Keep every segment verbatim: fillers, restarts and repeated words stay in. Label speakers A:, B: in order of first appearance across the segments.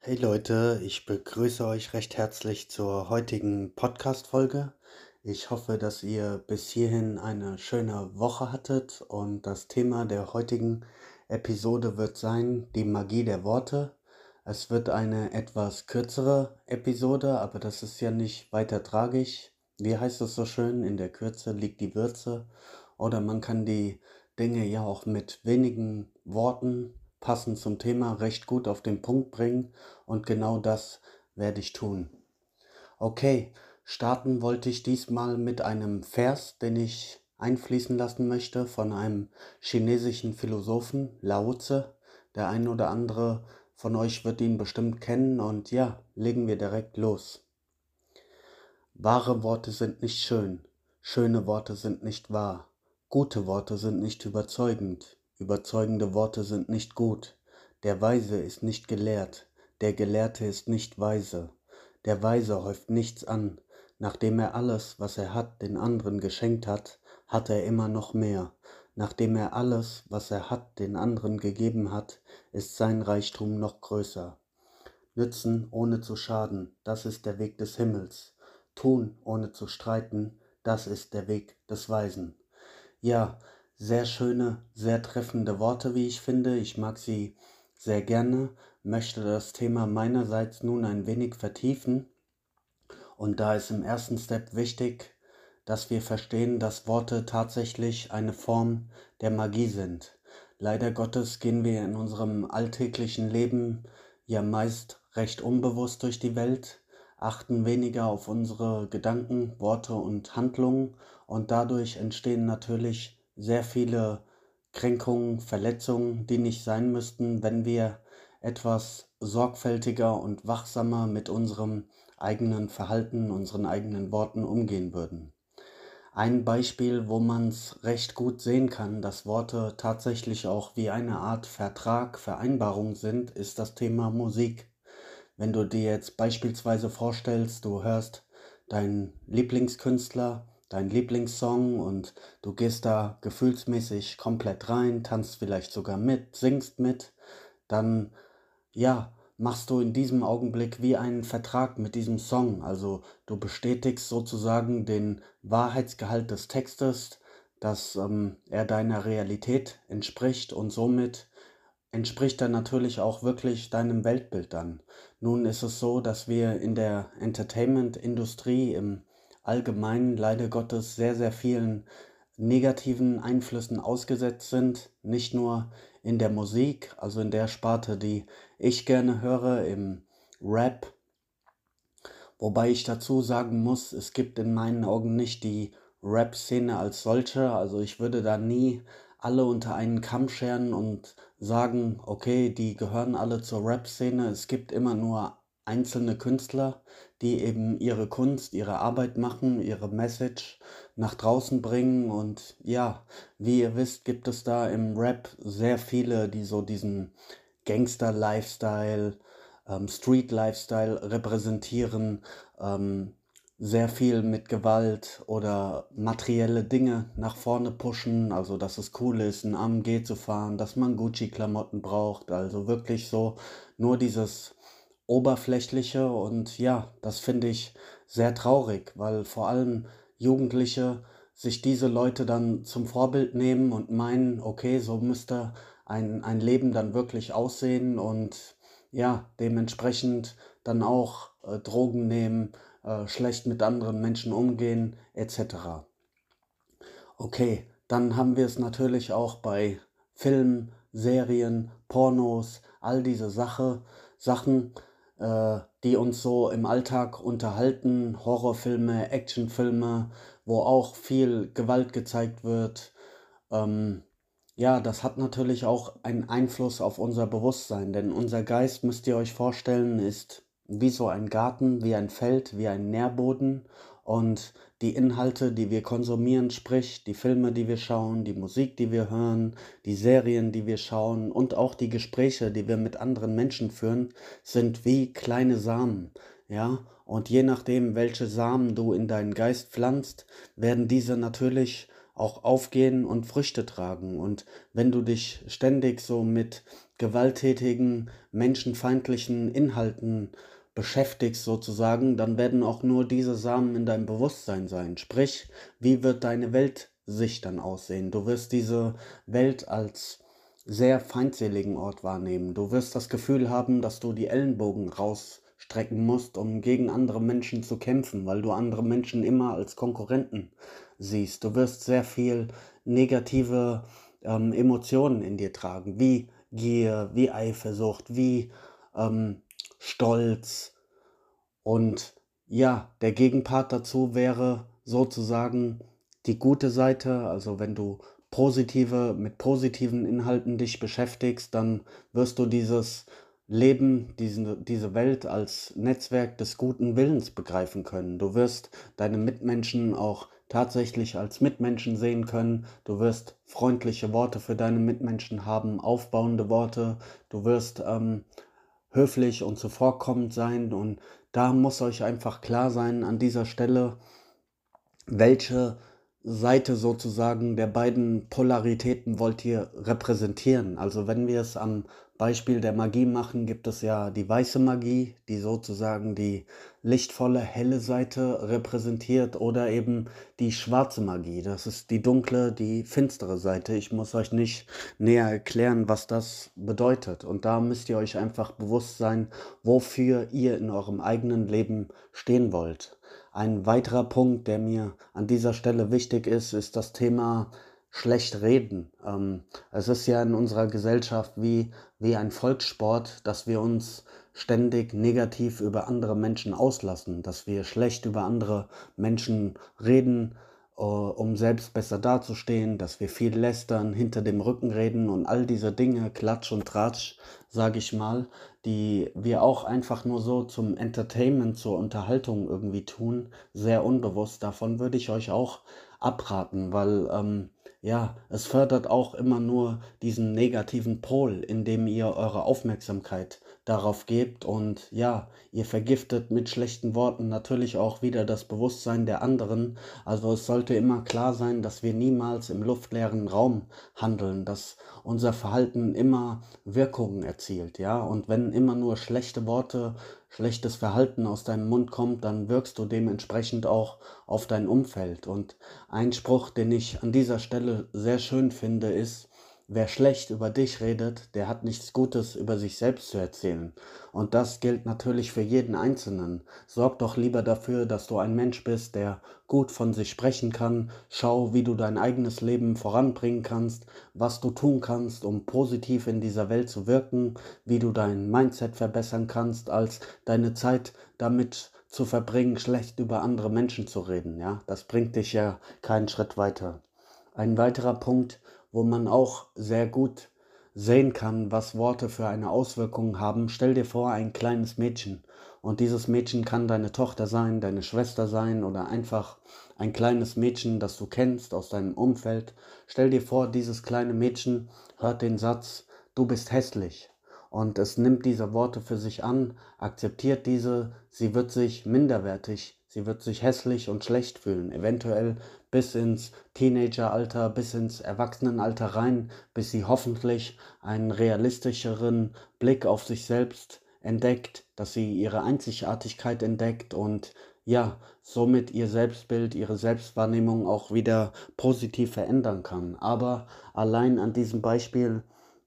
A: Hey Leute, ich begrüße euch recht herzlich zur heutigen Podcast-Folge. Ich hoffe, dass ihr bis hierhin eine schöne Woche hattet und das Thema der heutigen Episode wird sein, die Magie der Worte. Es wird eine etwas kürzere Episode, aber das ist ja nicht weiter tragisch. Wie heißt es so schön? In der Kürze liegt die Würze. Oder man kann die Dinge ja auch mit wenigen Worten passend zum Thema recht gut auf den Punkt bringen. Und genau das werde ich tun. Okay, starten wollte ich diesmal mit einem Vers, den ich einfließen lassen möchte von einem chinesischen Philosophen, Lao Tse. Der ein oder andere von euch wird ihn bestimmt kennen und ja, legen wir direkt los. Wahre Worte sind nicht schön, schöne Worte sind nicht wahr, gute Worte sind nicht überzeugend, überzeugende Worte sind nicht gut, der Weise ist nicht gelehrt, der Gelehrte ist nicht weise, der Weise häuft nichts an, nachdem er alles, was er hat, den anderen geschenkt hat, hat er immer noch mehr, nachdem er alles, was er hat, den anderen gegeben hat, ist sein Reichtum noch größer. Nützen ohne zu schaden, das ist der Weg des Himmels. Tun ohne zu streiten, das ist der Weg des Weisen. Ja, sehr schöne, sehr treffende Worte, wie ich finde. Ich mag sie sehr gerne, möchte das Thema meinerseits nun ein wenig vertiefen. Und da ist im ersten Step wichtig, dass wir verstehen, dass Worte tatsächlich eine Form der Magie sind. Leider Gottes gehen wir in unserem alltäglichen Leben ja meist recht unbewusst durch die Welt, achten weniger auf unsere Gedanken, Worte und Handlungen und dadurch entstehen natürlich sehr viele Kränkungen, Verletzungen, die nicht sein müssten, wenn wir etwas sorgfältiger und wachsamer mit unserem eigenen Verhalten, unseren eigenen Worten umgehen würden. Ein Beispiel, wo man es recht gut sehen kann, dass Worte tatsächlich auch wie eine Art Vertrag, Vereinbarung sind, ist das Thema Musik. Wenn du dir jetzt beispielsweise vorstellst, du hörst deinen Lieblingskünstler, deinen Lieblingssong und du gehst da gefühlsmäßig komplett rein, tanzt vielleicht sogar mit, singst mit, dann ja, machst du in diesem Augenblick wie einen Vertrag mit diesem Song. Also du bestätigst sozusagen den Wahrheitsgehalt des Textes, dass ähm, er deiner Realität entspricht und somit entspricht er natürlich auch wirklich deinem Weltbild dann. Nun ist es so, dass wir in der Entertainment-Industrie im Allgemeinen leider Gottes sehr, sehr vielen negativen Einflüssen ausgesetzt sind, nicht nur in der Musik, also in der Sparte, die ich gerne höre, im Rap, wobei ich dazu sagen muss, es gibt in meinen Augen nicht die Rap-Szene als solche, also ich würde da nie alle unter einen Kamm scheren und sagen, okay, die gehören alle zur Rap-Szene. Es gibt immer nur einzelne Künstler, die eben ihre Kunst, ihre Arbeit machen, ihre Message nach draußen bringen und ja, wie ihr wisst, gibt es da im Rap sehr viele, die so diesen Gangster-Lifestyle, ähm, Street-Lifestyle repräsentieren, ähm, sehr viel mit Gewalt oder materielle Dinge nach vorne pushen, also dass es cool ist, ein A M G zu fahren, dass man Gucci-Klamotten braucht, also wirklich so nur dieses Oberflächliche und ja, das finde ich sehr traurig, weil vor allem Jugendliche sich diese Leute dann zum Vorbild nehmen und meinen, okay, so müsste ein, ein Leben dann wirklich aussehen und ja, dementsprechend dann auch äh, Drogen nehmen, äh, schlecht mit anderen Menschen umgehen, et cetera. Okay, dann haben wir es natürlich auch bei Filmen, Serien, Pornos, all diese Sache, Sachen, äh, die uns so im Alltag unterhalten, Horrorfilme, Actionfilme, wo auch viel Gewalt gezeigt wird. Ähm, ja, das hat natürlich auch einen Einfluss auf unser Bewusstsein, denn unser Geist, müsst ihr euch vorstellen, ist wie so ein Garten, wie ein Feld, wie ein Nährboden und die Inhalte, die wir konsumieren, sprich die Filme, die wir schauen, die Musik, die wir hören, die Serien, die wir schauen und auch die Gespräche, die wir mit anderen Menschen führen, sind wie kleine Samen, ja? Und je nachdem, welche Samen du in deinen Geist pflanzt, werden diese natürlich auch aufgehen und Früchte tragen. Und wenn du dich ständig so mit gewalttätigen, menschenfeindlichen Inhalten beschäftigst sozusagen, dann werden auch nur diese Samen in deinem Bewusstsein sein. Sprich, wie wird deine Weltsicht dann aussehen? Du wirst diese Welt als sehr feindseligen Ort wahrnehmen. Du wirst das Gefühl haben, dass du die Ellenbogen rausstrecken musst, um gegen andere Menschen zu kämpfen, weil du andere Menschen immer als Konkurrenten siehst. Du wirst sehr viel negative ähm, Emotionen in dir tragen, wie Gier, wie Eifersucht, wie ähm, Stolz. Und ja, der Gegenpart dazu wäre sozusagen die gute Seite. Also wenn du positive, mit positiven Inhalten dich beschäftigst, dann wirst du dieses Leben, diese, diese Welt als Netzwerk des guten Willens begreifen können. Du wirst deine Mitmenschen auch tatsächlich als Mitmenschen sehen können. Du wirst freundliche Worte für deine Mitmenschen haben, aufbauende Worte. Du wirst ähm, höflich und zuvorkommend sein, und da muss euch einfach klar sein an dieser Stelle, welche Seite sozusagen der beiden Polaritäten wollt ihr repräsentieren. Also wenn wir es am Beispiel der Magie machen, gibt es ja die weiße Magie, die sozusagen die lichtvolle, helle Seite repräsentiert, oder eben die schwarze Magie. Das ist die dunkle, die finstere Seite. Ich muss euch nicht näher erklären, was das bedeutet. Und da müsst ihr euch einfach bewusst sein, wofür ihr in eurem eigenen Leben stehen wollt. Ein weiterer Punkt, der mir an dieser Stelle wichtig ist, ist das Thema schlecht reden. Ähm, es ist ja in unserer Gesellschaft wie, wie ein Volkssport, dass wir uns ständig negativ über andere Menschen auslassen, dass wir schlecht über andere Menschen reden, äh, um selbst besser dazustehen, dass wir viel lästern, hinter dem Rücken reden und all diese Dinge, Klatsch und Tratsch, sage ich mal, die wir auch einfach nur so zum Entertainment, zur Unterhaltung irgendwie tun, sehr unbewusst. Davon würde ich euch auch abraten, weil ähm, ja, es fördert auch immer nur diesen negativen Pol, indem ihr eure Aufmerksamkeit darauf gebt, und ja, ihr vergiftet mit schlechten Worten natürlich auch wieder das Bewusstsein der anderen. Also es sollte immer klar sein, dass wir niemals im luftleeren Raum handeln, dass unser Verhalten immer Wirkungen erzielt, ja. Und wenn immer nur schlechte Worte, schlechtes Verhalten aus deinem Mund kommt, dann wirkst du dementsprechend auch auf dein Umfeld. Und ein Spruch, den ich an dieser Stelle sehr schön finde, ist: Wer schlecht über dich redet, der hat nichts Gutes über sich selbst zu erzählen. Und das gilt natürlich für jeden Einzelnen. Sorg doch lieber dafür, dass du ein Mensch bist, der gut von sich sprechen kann. Schau, wie du dein eigenes Leben voranbringen kannst, was du tun kannst, um positiv in dieser Welt zu wirken, wie du dein Mindset verbessern kannst, als deine Zeit damit zu verbringen, schlecht über andere Menschen zu reden. Ja, das bringt dich ja keinen Schritt weiter. Ein weiterer Punkt, wo man auch sehr gut sehen kann, was Worte für eine Auswirkung haben. Stell dir vor, ein kleines Mädchen. Und dieses Mädchen kann deine Tochter sein, deine Schwester sein oder einfach ein kleines Mädchen, das du kennst aus deinem Umfeld. Stell dir vor, dieses kleine Mädchen hört den Satz: Du bist hässlich. Und es nimmt diese Worte für sich an, akzeptiert diese, sie wird sich minderwertig, sie wird sich hässlich und schlecht fühlen, eventuell bis ins Teenageralter, bis ins Erwachsenenalter rein, bis sie hoffentlich einen realistischeren Blick auf sich selbst entdeckt, dass sie ihre Einzigartigkeit entdeckt und ja, somit ihr Selbstbild, ihre Selbstwahrnehmung auch wieder positiv verändern kann. Aber allein an diesem Beispiel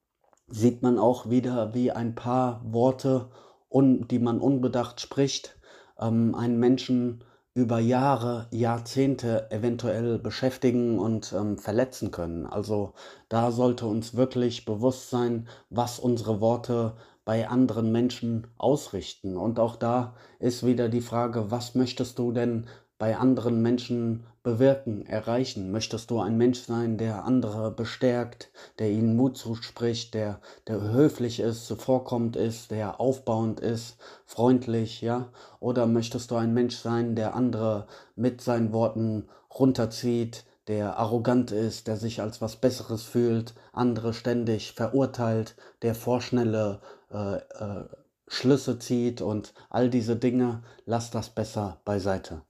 A: sieht man auch wieder, wie ein paar Worte, un die man unbedacht spricht, ähm, einen Menschen über Jahre, Jahrzehnte eventuell beschäftigen und ähm, verletzen können. Also da sollte uns wirklich bewusst sein, was unsere Worte bei anderen Menschen ausrichten. Und auch da ist wieder die Frage: Was möchtest du denn bei anderen Menschen bewirken, erreichen? Möchtest du ein Mensch sein, der andere bestärkt, der ihnen Mut zuspricht, der der höflich ist, zuvorkommend ist, der aufbauend ist, freundlich, ja? Oder möchtest du ein Mensch sein, der andere mit seinen Worten runterzieht, der arrogant ist, der sich als was Besseres fühlt, andere ständig verurteilt, der vorschnelle äh, äh, Schlüsse zieht und all diese Dinge? Lass das besser beiseite.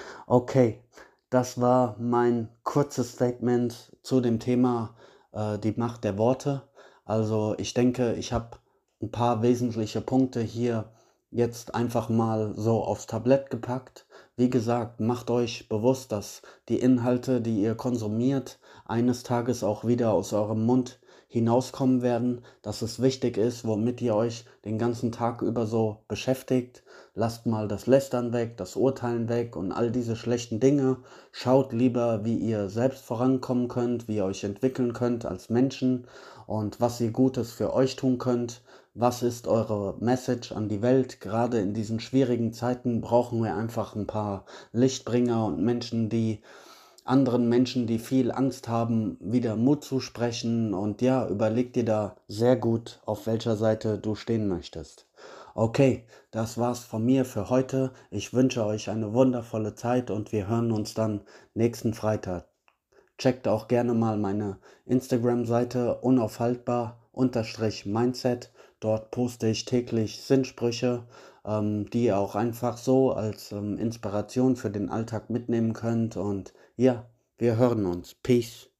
A: Okay, das war mein kurzes Statement zu dem Thema äh, die Macht der Worte. Also ich denke, ich habe ein paar wesentliche Punkte hier jetzt einfach mal so aufs Tablett gepackt. Wie gesagt, macht euch bewusst, dass die Inhalte, die ihr konsumiert, eines Tages auch wieder aus eurem Mund hinauskommen werden, dass es wichtig ist, womit ihr euch den ganzen Tag über so beschäftigt. Lasst mal das Lästern weg, das Urteilen weg und all diese schlechten Dinge. Schaut lieber, wie ihr selbst vorankommen könnt, wie ihr euch entwickeln könnt als Menschen und was ihr Gutes für euch tun könnt. Was ist eure Message an die Welt? Gerade in diesen schwierigen Zeiten brauchen wir einfach ein paar Lichtbringer und Menschen, die anderen Menschen, die viel Angst haben, wieder Mut zusprechen. Und ja, überleg dir da sehr gut, auf welcher Seite du stehen möchtest. Okay, das war's von mir für heute. Ich wünsche euch eine wundervolle Zeit und wir hören uns dann nächsten Freitag. Checkt auch gerne mal meine Instagram-Seite unaufhaltbar-mindset. Dort poste ich täglich Sinnsprüche, ähm, die ihr auch einfach so als ähm, Inspiration für den Alltag mitnehmen könnt. Und ja, wir hören uns. Peace.